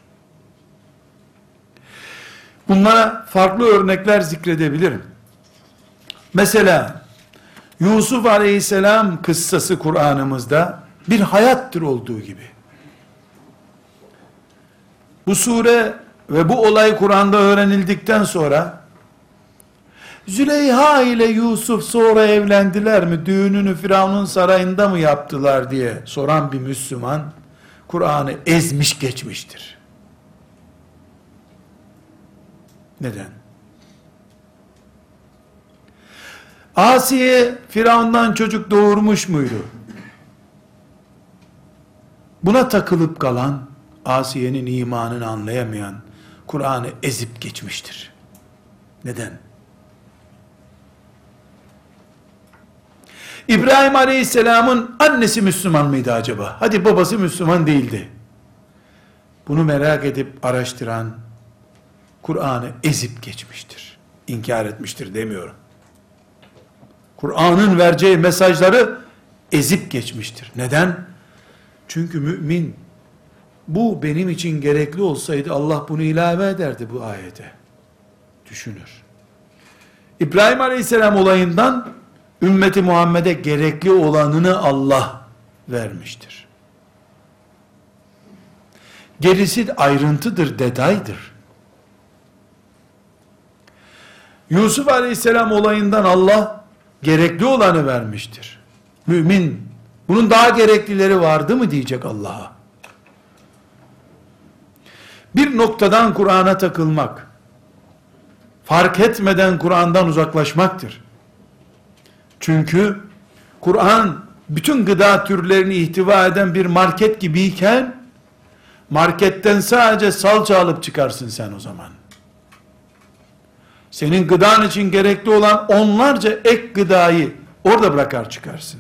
Bunlara farklı örnekler zikredebilirim. Mesela Yusuf Aleyhisselam kıssası Kur'an'ımızda bir hayattır olduğu gibi. Bu sure ve bu olay Kur'an'da öğrenildikten sonra Züleyha ile Yusuf sonra evlendiler mi, düğününü Firavun'un sarayında mı yaptılar diye soran bir Müslüman Kur'an'ı ezmiş geçmiştir. Neden? Asiye Firavun'dan çocuk doğurmuş muydu? Buna takılıp kalan, Asiye'nin imanını anlayamayan Kur'an'ı ezip geçmiştir. Neden? İbrahim Aleyhisselam'ın annesi Müslüman mıydı acaba? Hadi babası Müslüman değildi. Bunu merak edip araştıran Kur'an'ı ezip geçmiştir. İnkar etmiştir demiyorum. Kur'an'ın vereceği mesajları ezip geçmiştir. Neden? Çünkü mümin, bu benim için gerekli olsaydı Allah bunu ilave ederdi bu ayete. Düşünür. İbrahim Aleyhisselam olayından ümmeti Muhammed'e gerekli olanını Allah vermiştir. Gerisi ayrıntıdır, detaydır. Yusuf Aleyhisselam olayından Allah gerekli olanı vermiştir. Mümin, bunun daha gereklileri vardı mı diyecek Allah'a. Bir noktadan Kur'an'a takılmak, fark etmeden Kur'an'dan uzaklaşmaktır. Çünkü Kur'an bütün gıda türlerini ihtiva eden bir market gibiyken, marketten sadece salça alıp çıkarsın sen o zaman. senin gıdan için gerekli olan onlarca ek gıdayı orada bırakar çıkarsın.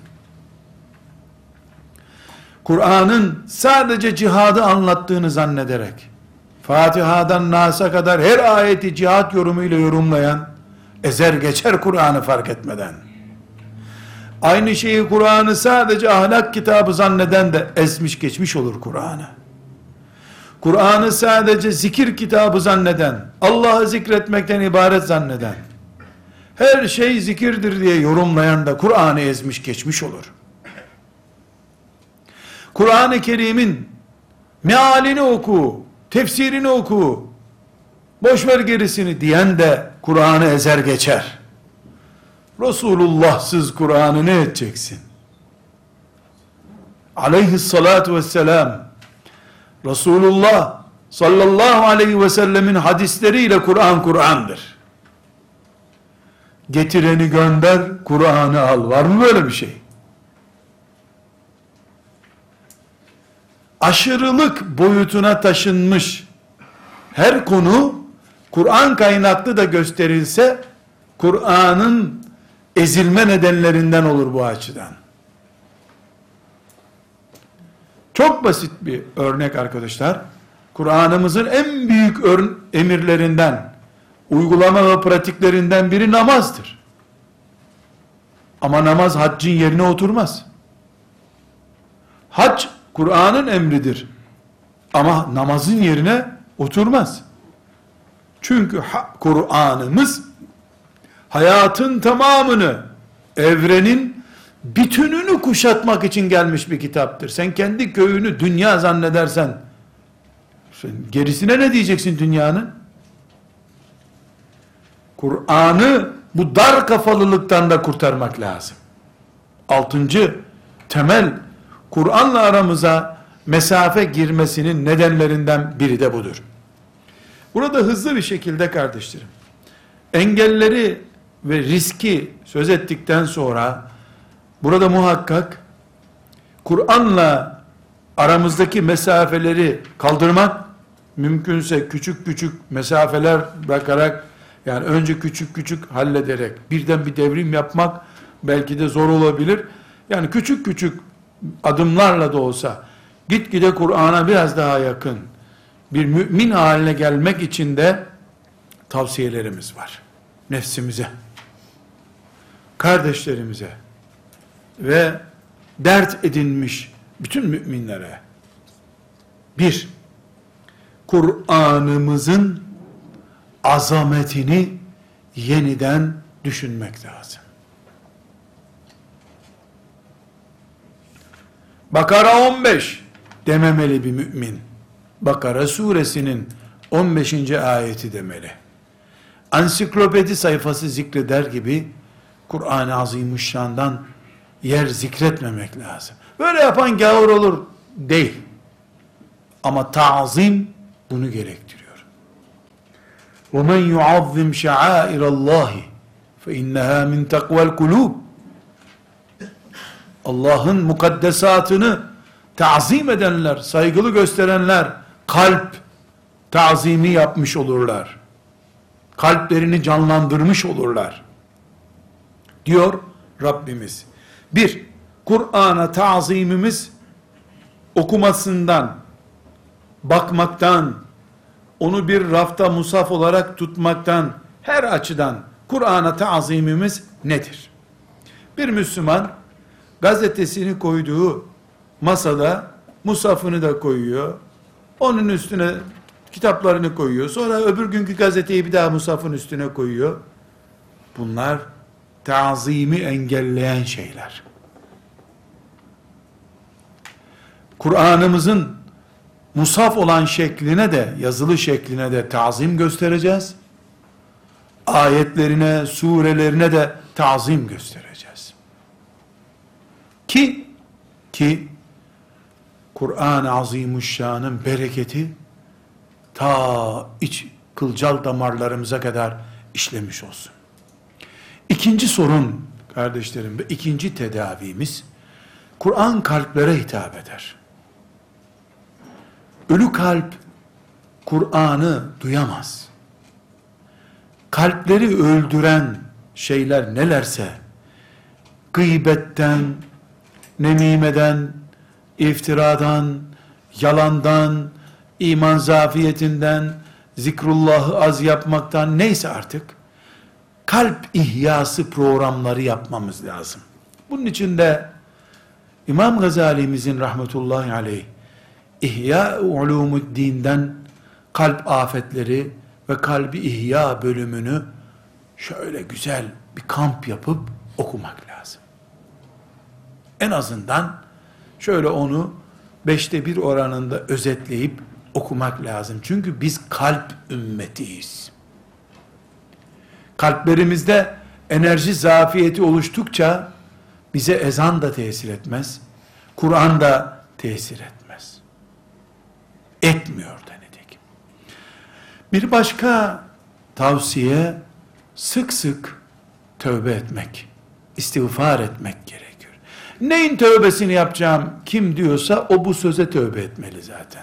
Kur'an'ın sadece cihadı anlattığını zannederek, Fatiha'dan Nas'a kadar her ayeti cihat yorumuyla yorumlayan, ezer geçer Kur'an'ı fark etmeden. Aynı şeyi Kur'an'ı sadece ahlak kitabı zanneden de ezmiş geçmiş olur Kur'an'ı. Kur'an'ı sadece zikir kitabı zanneden, Allah'ı zikretmekten ibaret zanneden, her şey zikirdir diye yorumlayan da Kur'an'ı ezmiş geçmiş olur. Kur'an-ı Kerim'in mealini oku, tefsirini oku, boşver gerisini diyen de Kur'an'ı ezer geçer. Resulullah'sız Kur'an'ı ne edeceksin? Aleyhissalatu vesselam, Resulullah sallallahu aleyhi ve sellemin hadisleriyle Kur'an Kur'an'dır. Getireni gönder, Kur'an'ı al. Var mı böyle bir şey? Aşırılık boyutuna taşınmış her konu Kur'an kaynaklı da gösterilse Kur'an'ın ezilme nedenlerinden olur bu açıdan. Çok basit bir örnek arkadaşlar. Kur'an'ımızın en büyük emirlerinden, uygulama ve pratiklerinden biri namazdır. Ama namaz haccın yerine oturmaz. Hac Kur'an'ın emridir. Ama namazın yerine oturmaz. Çünkü Kur'an'ımız hayatın tamamını, evrenin bütününü kuşatmak için gelmiş bir kitaptır. Sen kendi köyünü dünya zannedersen, gerisine ne diyeceksin dünyanın? Kur'an'ı bu dar kafalılıktan da kurtarmak lazım. 6. temel, Kur'an'la aramıza mesafe girmesinin nedenlerinden biri de budur. Burada hızlı bir şekilde kardeşlerim, engelleri ve riski söz ettikten sonra, burada muhakkak Kur'an'la aramızdaki mesafeleri kaldırmak, mümkünse küçük küçük mesafeler bırakarak, yani önce küçük küçük hallederek, birden bir devrim yapmak belki de zor olabilir. Yani küçük küçük adımlarla da olsa, gitgide Kur'an'a biraz daha yakın bir mümin haline gelmek için de tavsiyelerimiz var. Nefsimize, kardeşlerimize ve dert edinmiş bütün müminlere. 1. Kur'an'ımızın azametini yeniden düşünmek lazım. Bakara 15 dememeli bir mümin. Bakara suresinin 15. ayeti demeli. Ansiklopedi sayfası zikreder gibi Kur'an-ı Azimüşşan'dan yer zikretmemek lazım. Böyle yapan gavur olur değil. Ama ta'zim bunu gerektiriyor. وَمَنْ يُعَظِّمْ شَعَائِرَ اللّٰهِ فَاِنَّهَا مِنْ تَقْوَى الْقُلُوبِ Allah'ın mukaddesatını ta'zim edenler, saygılı gösterenler, kalp ta'zimi yapmış olurlar. Kalplerini canlandırmış olurlar. Diyor Rabbimiz. 1. Kur'an'a ta'zimimiz okumasından, bakmaktan, onu bir rafta musaf olarak tutmaktan, her açıdan Kur'an'a ta'zimimiz nedir? Bir Müslüman gazetesini koyduğu masada musafını da koyuyor. Onun üstüne kitaplarını koyuyor. Sonra öbür günkü gazeteyi bir daha musafın üstüne koyuyor. Bunlar ta'zimi engelleyen şeyler. Kur'an'ımızın musaf olan şekline de, yazılı şekline de ta'zim göstereceğiz. Ayetlerine, surelerine de ta'zim göstereceğiz. Ki Kur'an-ı Azimüşşan'ın bereketi ta iç kılcal damarlarımıza kadar işlemiş olsun. İkinci sorun kardeşlerim ve ikinci tedavimiz, Kur'an kalplere hitap eder. Ölü kalp Kur'an'ı duyamaz. kalpleri öldüren şeyler nelerse, gıybetten, nemimeden, iftiradan, yalandan, iman zafiyetinden, zikrullahı az yapmaktan, neyse artık, kalp ihyası programları yapmamız lazım. Bunun için de İmam Gazali'mizin rahmetullahi aleyh, İhya-ı Ulumuddin'den kalp afetleri ve kalbi ihya bölümünü şöyle güzel bir kamp yapıp okumak lazım. En azından şöyle onu 1/5 oranında özetleyip okumak lazım. Çünkü biz kalp ümmetiyiz. Kalplerimizde enerji zafiyeti oluştukça bize ezan da tesir etmez, Kur'an da tesir etmez. Etmiyor da nitekim. Bir başka tavsiye, sık sık tövbe etmek, istiğfar etmek gerekiyor. Neyin tövbesini yapacağım kim diyorsa o bu söze tövbe etmeli zaten.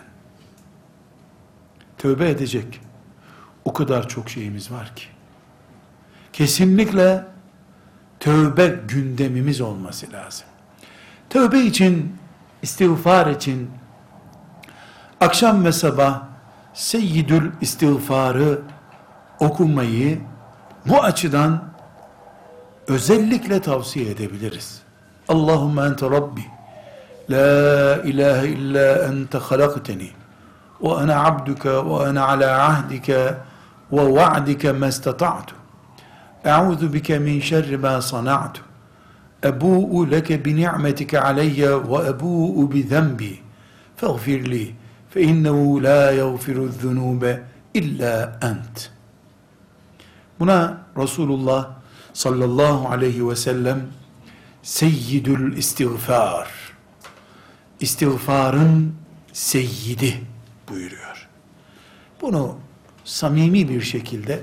Tövbe edecek o kadar çok şeyimiz var ki. Kesinlikle tövbe gündemimiz olması lazım. Tövbe için, istiğfar için akşam ve sabah Seyyidül İstiğfar'ı okumayı bu açıdan özellikle tavsiye edebiliriz. Allahümme ente Rabbi, la ilahe illa ente halakteni, ve ana abduke ve ana ala ahdike ve va'dike mestata'tu. Eûzu bike min şerri ma sana'tu. Ebu'u leke bi ni'metike aleyye ve ebu'u bi zenbi. Feğfir li. Fe innehu la yağfiru zunube illa ent. Buna Resulullah sallallahu aleyhi ve sellem Seyyidül İstiğfar, İstiğfarın seyyidi buyuruyor. Bunu samimi bir şekilde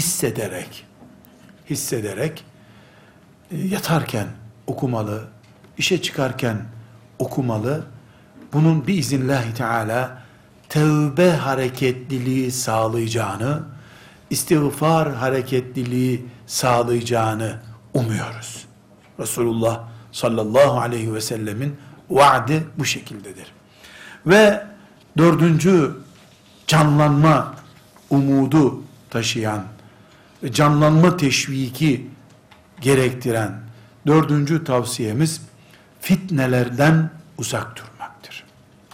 hissederek yatarken okumalı, işe çıkarken okumalı. Bunun biiznillahü teala tevbe hareketliliği sağlayacağını, istiğfar hareketliliği sağlayacağını umuyoruz. Resulullah sallallahu aleyhi ve sellemin vaadi bu şekildedir. Ve 4. canlanma umudu taşıyan, canlanma teşviki gerektiren 4. tavsiyemiz fitnelerden uzak durmaktır.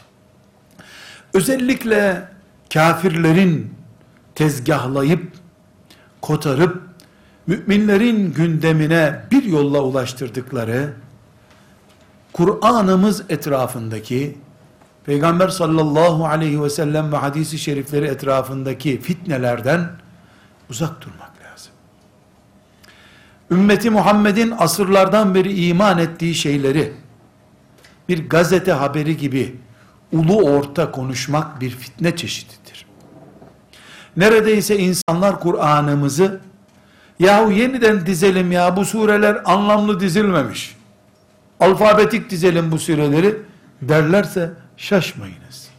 Özellikle kafirlerin tezgahlayıp, kotarıp, müminlerin gündemine bir yolla ulaştırdıkları, Kur'an'ımız etrafındaki, Peygamber sallallahu aleyhi ve sellem ve hadisi şerifleri etrafındaki fitnelerden uzak durmak lazım. Ümmeti Muhammed'in asırlardan beri iman ettiği şeyleri, bir gazete haberi gibi ulu orta konuşmak bir fitne çeşididir. Neredeyse insanlar Kur'an'ımızı, yahu yeniden dizelim ya, bu sureler anlamlı dizilmemiş, alfabetik dizelim bu sureleri derlerse şaşmayınız.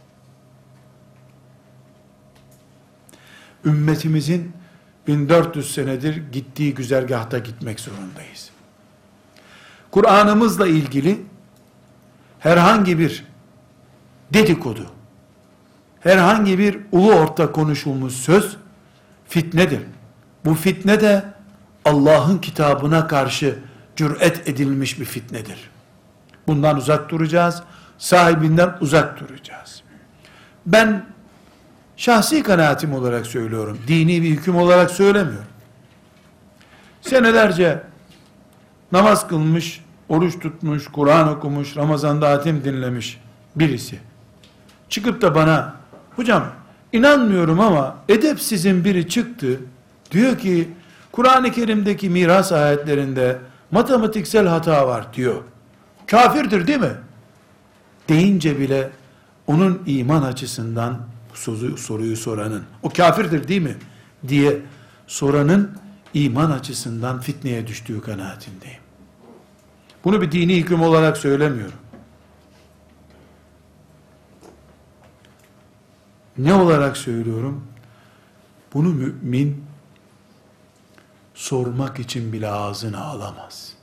Ümmetimizin 1400 senedir gittiği güzergahta gitmek zorundayız. Kur'an'ımızla ilgili herhangi bir dedikodu, herhangi bir ulu orta konuşulmuş söz fitnedir. Bu fitne de Allah'ın kitabına karşı cüret edilmiş bir fitnedir. Bundan uzak duracağız, sahibinden uzak duracağız. Ben şahsi kanaatim olarak söylüyorum, dini bir hüküm olarak söylemiyorum. Senelerce namaz kılmış, oruç tutmuş, Kur'an okumuş, Ramazan'da hatim dinlemiş birisi çıkıp da bana, hocam inanmıyorum ama edepsizin biri çıktı, diyor ki Kur'an-ı Kerim'deki miras ayetlerinde matematiksel hata var diyor. Kafirdir değil mi? Deyince bile onun iman açısından, soruyu soranın, o kafirdir değil mi diye soranın iman açısından fitneye düştüğü kanaatindeyim. Bunu bir dini hüküm olarak söylemiyorum. Ne olarak söylüyorum? Bunu mümin sormak için bile ağzını alamaz.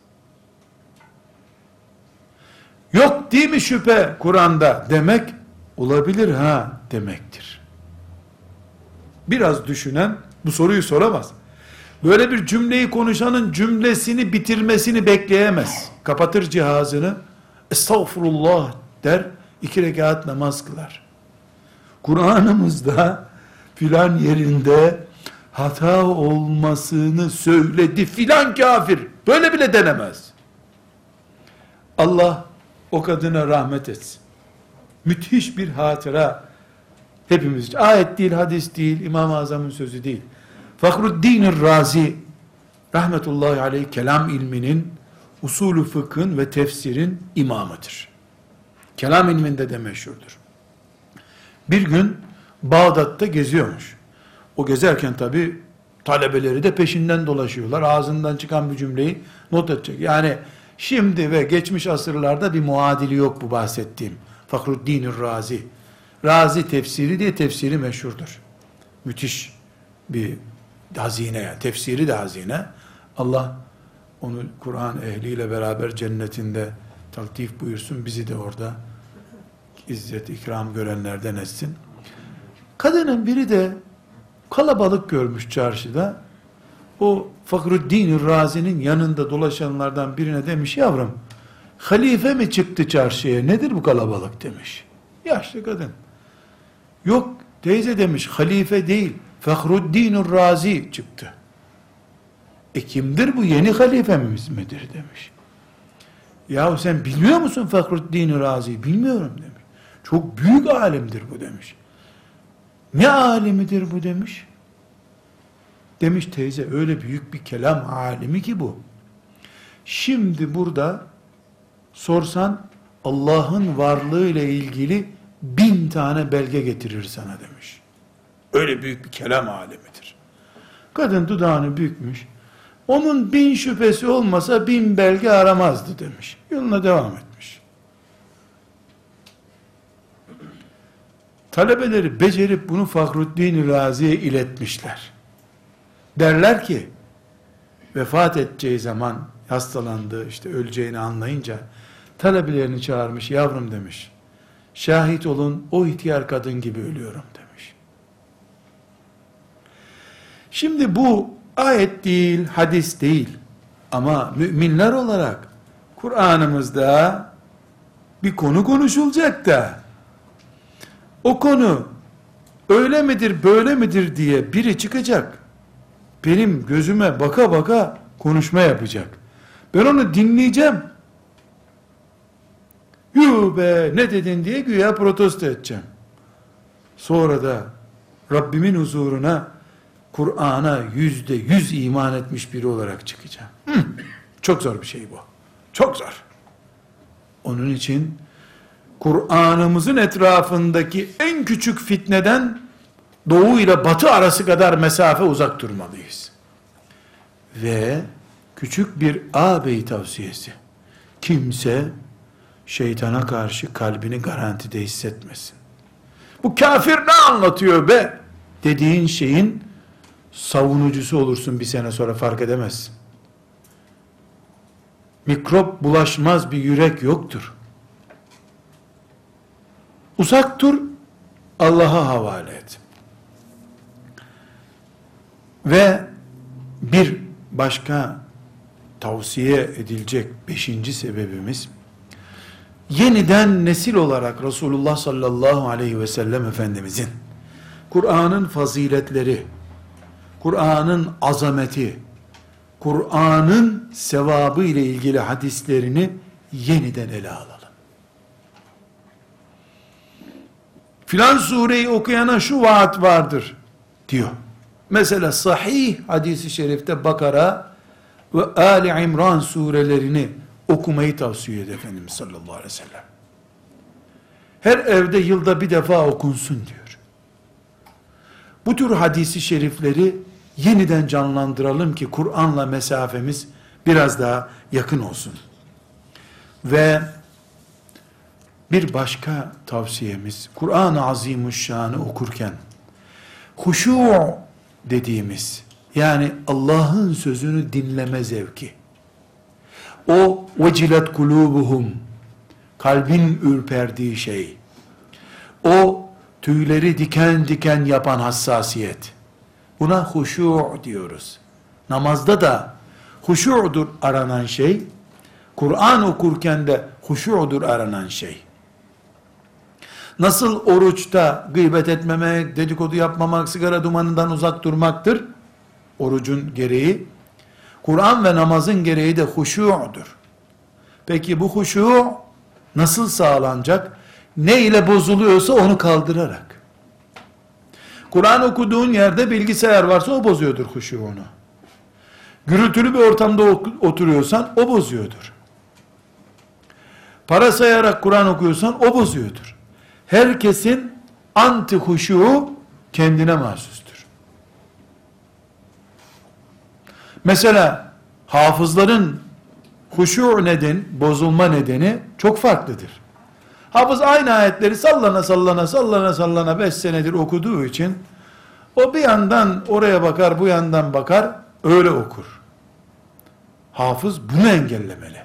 Yok değil mi şüphe Kur'an'da demek, olabilir ha demektir. Biraz düşünen bu soruyu soramaz. Böyle bir cümleyi konuşanın cümlesini bitirmesini bekleyemez. Kapatır cihazını, estağfurullah der, 2 rekat namaz kılar. Kur'an'ımızda filan yerinde hata olmasını söyledi filan kafir. Böyle bile denemez. Allah o kadına rahmet etsin. Müthiş bir hatıra hepimiz için. Ayet değil, hadis değil, İmam-ı Azam'ın sözü değil. Fahruddin Razi rahmetullahi aleyh kelam ilminin, usulü fıkhın ve tefsirin imamıdır. Kelam ilminde de meşhurdur. Bir gün Bağdat'ta geziyormuş. O gezerken tabi talebeleri de peşinden dolaşıyorlar. Ağzından çıkan bir cümleyi not edecek. Yani şimdi ve geçmiş asırlarda bir muadili yok bu bahsettiğim. Fahruddin Razi. Razi tefsiri diye tefsiri meşhurdur. Müthiş bir hazine yani. Tefsiri de hazine. Allah onu Kur'an ehliyle beraber cennetinde taltif buyursun. Bizi de orada izzet, ikram görenlerden etsin. Kadının biri de kalabalık görmüş çarşıda. O Fahruddin Razi'nin yanında dolaşanlardan birine demiş, yavrum halife mi çıktı çarşıya, nedir bu kalabalık demiş. Yaşlı kadın. Yok teyze demiş, halife değil Fahruddin Razi çıktı. Kimdir bu, yeni halifemiz midir demiş. Yahu sen bilmiyor musun Fahruddin Razi? Bilmiyorum demiş. Çok büyük alimdir bu demiş. Ne alimidir bu demiş. Demiş teyze öyle büyük bir kelam alimi ki bu. Şimdi burada sorsan Allah'ın varlığı ile ilgili 1000 tane belge getirir sana demiş. Öyle büyük bir kelam alimidir. Kadın dudağını bükmüş. Onun 1000 şüphesi olmasa 1000 belge aramazdı demiş. Yoluna devam etmiş. Talebeleri becerip bunu Fahruddin Razi'ye iletmişler. Derler ki, vefat edeceği zaman hastalandı, işte öleceğini anlayınca talebelerini çağırmış, yavrum demiş, şahit olun o ihtiyar kadın gibi ölüyorum demiş. Şimdi bu ayet değil, hadis değil ama müminler olarak Kur'an'ımızda bir konu konuşulacak da o konu öyle midir böyle midir diye biri çıkacak, benim gözüme baka baka konuşma yapacak. Ben onu dinleyeceğim. Yuh be ne dedin diye güya protesto edeceğim. Sonra da Rabbimin huzuruna Kur'an'a %100 iman etmiş biri olarak çıkacağım. Çok zor bir şey bu. Çok zor. Onun için Kur'an'ımızın etrafındaki en küçük fitneden doğu ile batı arası kadar mesafe uzak durmalıyız. Ve küçük bir ağabey tavsiyesi. Kimse şeytana karşı kalbini garantide hissetmesin. Bu kafir ne anlatıyor be dediğin şeyin savunucusu olursun, bir sene sonra fark edemezsin. Mikrop bulaşmaz bir yürek yoktur. Uzak dur, Allah'a havale et. Ve bir başka tavsiye edilecek 5. sebebimiz, yeniden nesil olarak Resulullah sallallahu aleyhi ve sellem Efendimizin Kur'an'ın faziletleri, Kur'an'ın azameti, Kur'an'ın sevabı ile ilgili hadislerini yeniden ele alalım. Filan sureyi okuyana şu vaat vardır diyor. Mesela sahih hadisi şerifte Bakara ve Ali İmran surelerini okumayı tavsiye ediyor Efendimiz sallallahu aleyhi ve sellem. Her evde yılda bir defa okunsun diyor. Bu tür hadisi şerifleri yeniden canlandıralım ki Kur'an'la mesafemiz biraz daha yakın olsun. Ve bir başka tavsiyemiz, Kur'an-ı Azimuşşan'ı okurken huşu dediğimiz Yani Allah'ın sözünü dinleme zevki. O vecilet kulubuhum, kalbin ürperdiği şey. O tüyleri diken diken yapan hassasiyet. Buna huşu' diyoruz. Namazda da huşu'dur aranan şey. Kur'an okurken de huşu'dur aranan şey. Nasıl oruçta gıybet etmemek, dedikodu yapmamak, sigara dumanından uzak durmaktır orucun gereği. Kur'an ve namazın gereği de huşu'dur. Peki bu huşu' nasıl sağlanacak? Ne ile bozuluyorsa onu kaldırarak. Kur'an okuduğun yerde bilgisayar varsa o bozuyordur huşu'unu. Gürültülü bir ortamda oturuyorsan o bozuyordur. Para sayarak Kur'an okuyorsan o bozuyordur. Herkesin anti huşu kendine mahsustur. Mesela hafızların huşu bozulma nedeni çok farklıdır. Hafız aynı ayetleri sallana 5 senedir okuduğu için o bir yandan oraya bakar, bu yandan bakar, öyle okur. Hafız bunu engellemeli.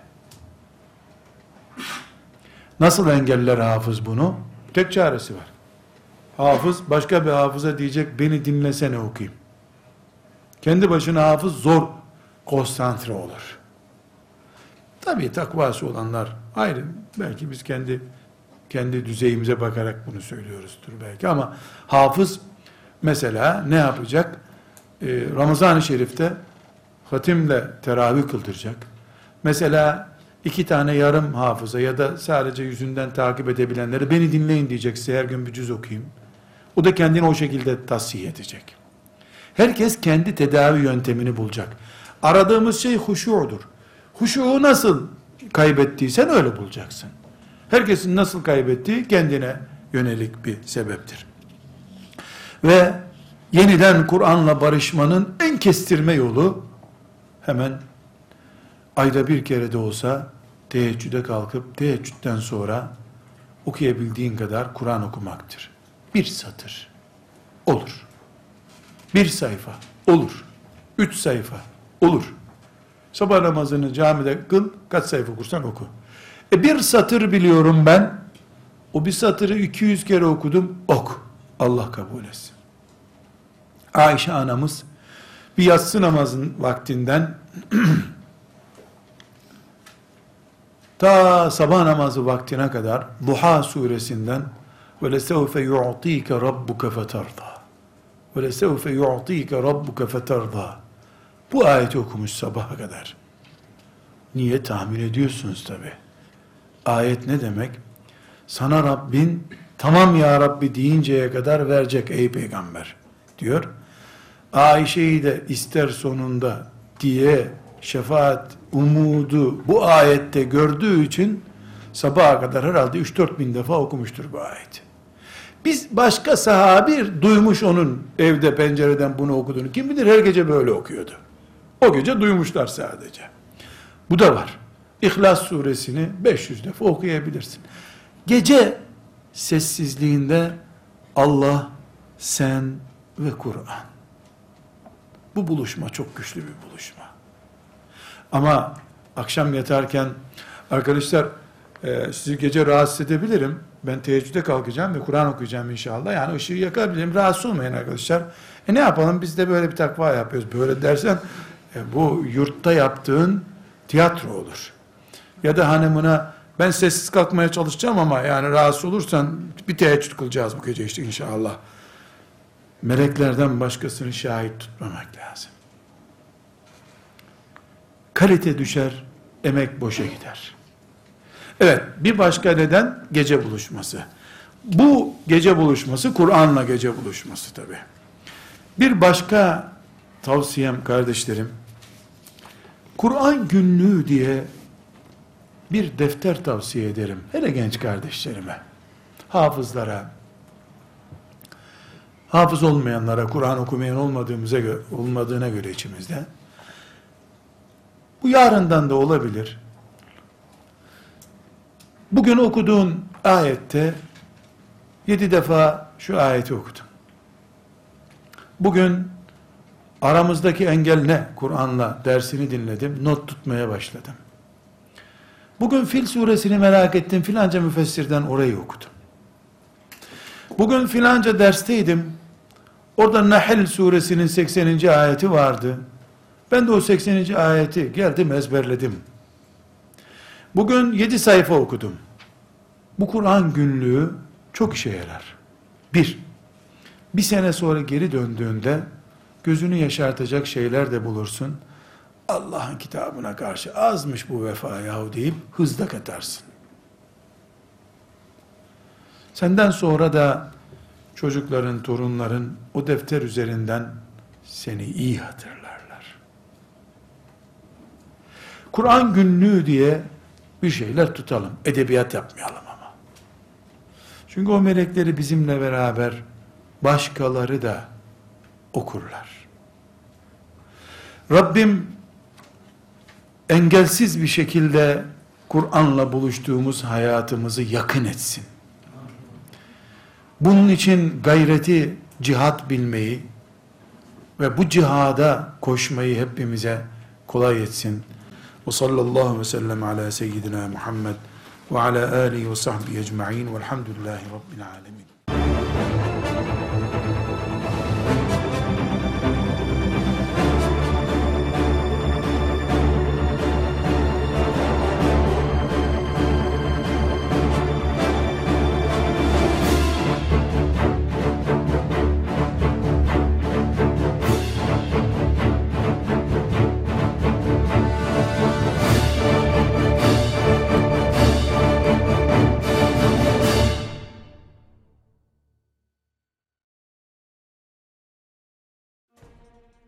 Nasıl engeller hafız bunu? Tek çaresi var. Hafız başka bir hafıza diyecek, beni dinlesene okuyayım. Kendi başına hafız zor konsantre olur. Tabii takvası olanlar ayrı. Belki biz kendi düzeyimize bakarak bunu söylüyoruzdur belki, ama hafız mesela ne yapacak? Ramazan-ı Şerif'te hatimle teravih kıldıracak. Mesela 2 tane yarım hafıza ya da sadece yüzünden takip edebilenleri beni dinleyin diyecek, size her gün bir cüz okuyayım. O da kendini o şekilde tasfiye edecek. Herkes kendi tedavi yöntemini bulacak. Aradığımız şey huşu'dur. Huşu'u nasıl kaybettiysen öyle bulacaksın. Herkesin nasıl kaybettiği kendine yönelik bir sebeptir. Ve yeniden Kur'an'la barışmanın en kestirme yolu hemen ayda bir kere de olsa teheccüde kalkıp teheccüden sonra okuyabildiğin kadar Kur'an okumaktır. 1 satır olur. 1 sayfa olur. 3 sayfa olur. Sabah namazını camide kıl, kaç sayfa okursan oku. 1 satır biliyorum ben. O 1 satırı 200 kere okudum. Oku. Allah kabul etsin. Ayşe anamız bir yatsı namazın vaktinden ta sabah namazı vaktine kadar Duha suresinden وَلَسَوْفَ يُعْطِيكَ رَبُّكَ فَتَرْضَى وَلَسَوْفَ يُعْطِيكَ رَبُّكَ فَتَرْضَى bu ayeti okumuş sabaha kadar. Niye tahmin ediyorsunuz tabi. Ayet ne demek? Sana Rabbin tamam ya Rabbi deyinceye kadar verecek ey peygamber diyor. Ayşe'yi de ister sonunda diye şefaat umudu bu ayette gördüğü için sabaha kadar herhalde 3-4 bin defa okumuştur bu ayeti. Biz başka sahabi duymuş onun evde pencereden bunu okuduğunu. Kim bilir her gece böyle okuyordu. O gece duymuşlar sadece. Bu da var. İhlas suresini 500 defa okuyabilirsin. Gece sessizliğinde Allah, sen ve Kur'an. Bu buluşma çok güçlü bir buluşma. Ama akşam yatarken arkadaşlar sizi gece rahatsız edebilirim. Ben teheccüde kalkacağım ve Kur'an okuyacağım inşallah. Yani ışığı yakabilirim. Rahatsız olmayın arkadaşlar. Ne yapalım? Biz de böyle bir takva yapıyoruz. Böyle dersen bu yurtta yaptığın tiyatro olur. Ya da hanımına ben sessiz kalkmaya çalışacağım ama yani rahatsız olursan bir teheccüd kılacağız bu gece işte inşallah. Meleklerden başkasını şahit tutmamak lazım. Kalite düşer, emek boşa gider. Evet, bir başka neden gece buluşması. Bu gece buluşması Kur'an'la gece buluşması tabi. Bir başka tavsiyem kardeşlerim, Kur'an günlüğü diye bir defter tavsiye ederim. Hele genç kardeşlerime, hafızlara, hafız olmayanlara, Kur'an okumayan olmadığına göre içimizde. Bu yarından da olabilir. Bugün okuduğun ayette 7 defa şu ayeti okudum. Bugün Aramızdaki engel ne? Kur'an'la dersini dinledim, not tutmaya başladım. Bugün Fil suresini merak ettim, filanca müfessirden orayı okudum. Bugün filanca dersteydim, orada Nahl suresinin 80. ayeti vardı. Ben de o 80. ayeti geldim ezberledim. Bugün 7 sayfa okudum. Bu Kur'an günlüğü çok işe yarar. Bir sene sonra geri döndüğünde gözünü yaşartacak şeyler de bulursun. Allah'ın kitabına karşı azmış bu vefa yahu deyip hızla katarsın. Senden sonra da çocukların, torunların o defter üzerinden seni iyi hatırlarlar. Kur'an günlüğü diye bir şeyler tutalım. Edebiyat yapmayalım ama. Çünkü o melekleri bizimle beraber başkaları da okurlar. Rabbim engelsiz bir şekilde Kur'an'la buluştuğumuz hayatımızı yakın etsin. Bunun için gayreti, cihat bilmeyi ve bu cihada koşmayı hepimize kolay etsin. Ve sallallahu ve sellem ala seyyidina Muhammed ve ala alihi ve sahbihi ecma'in velhamdülillahi rabbil alemin.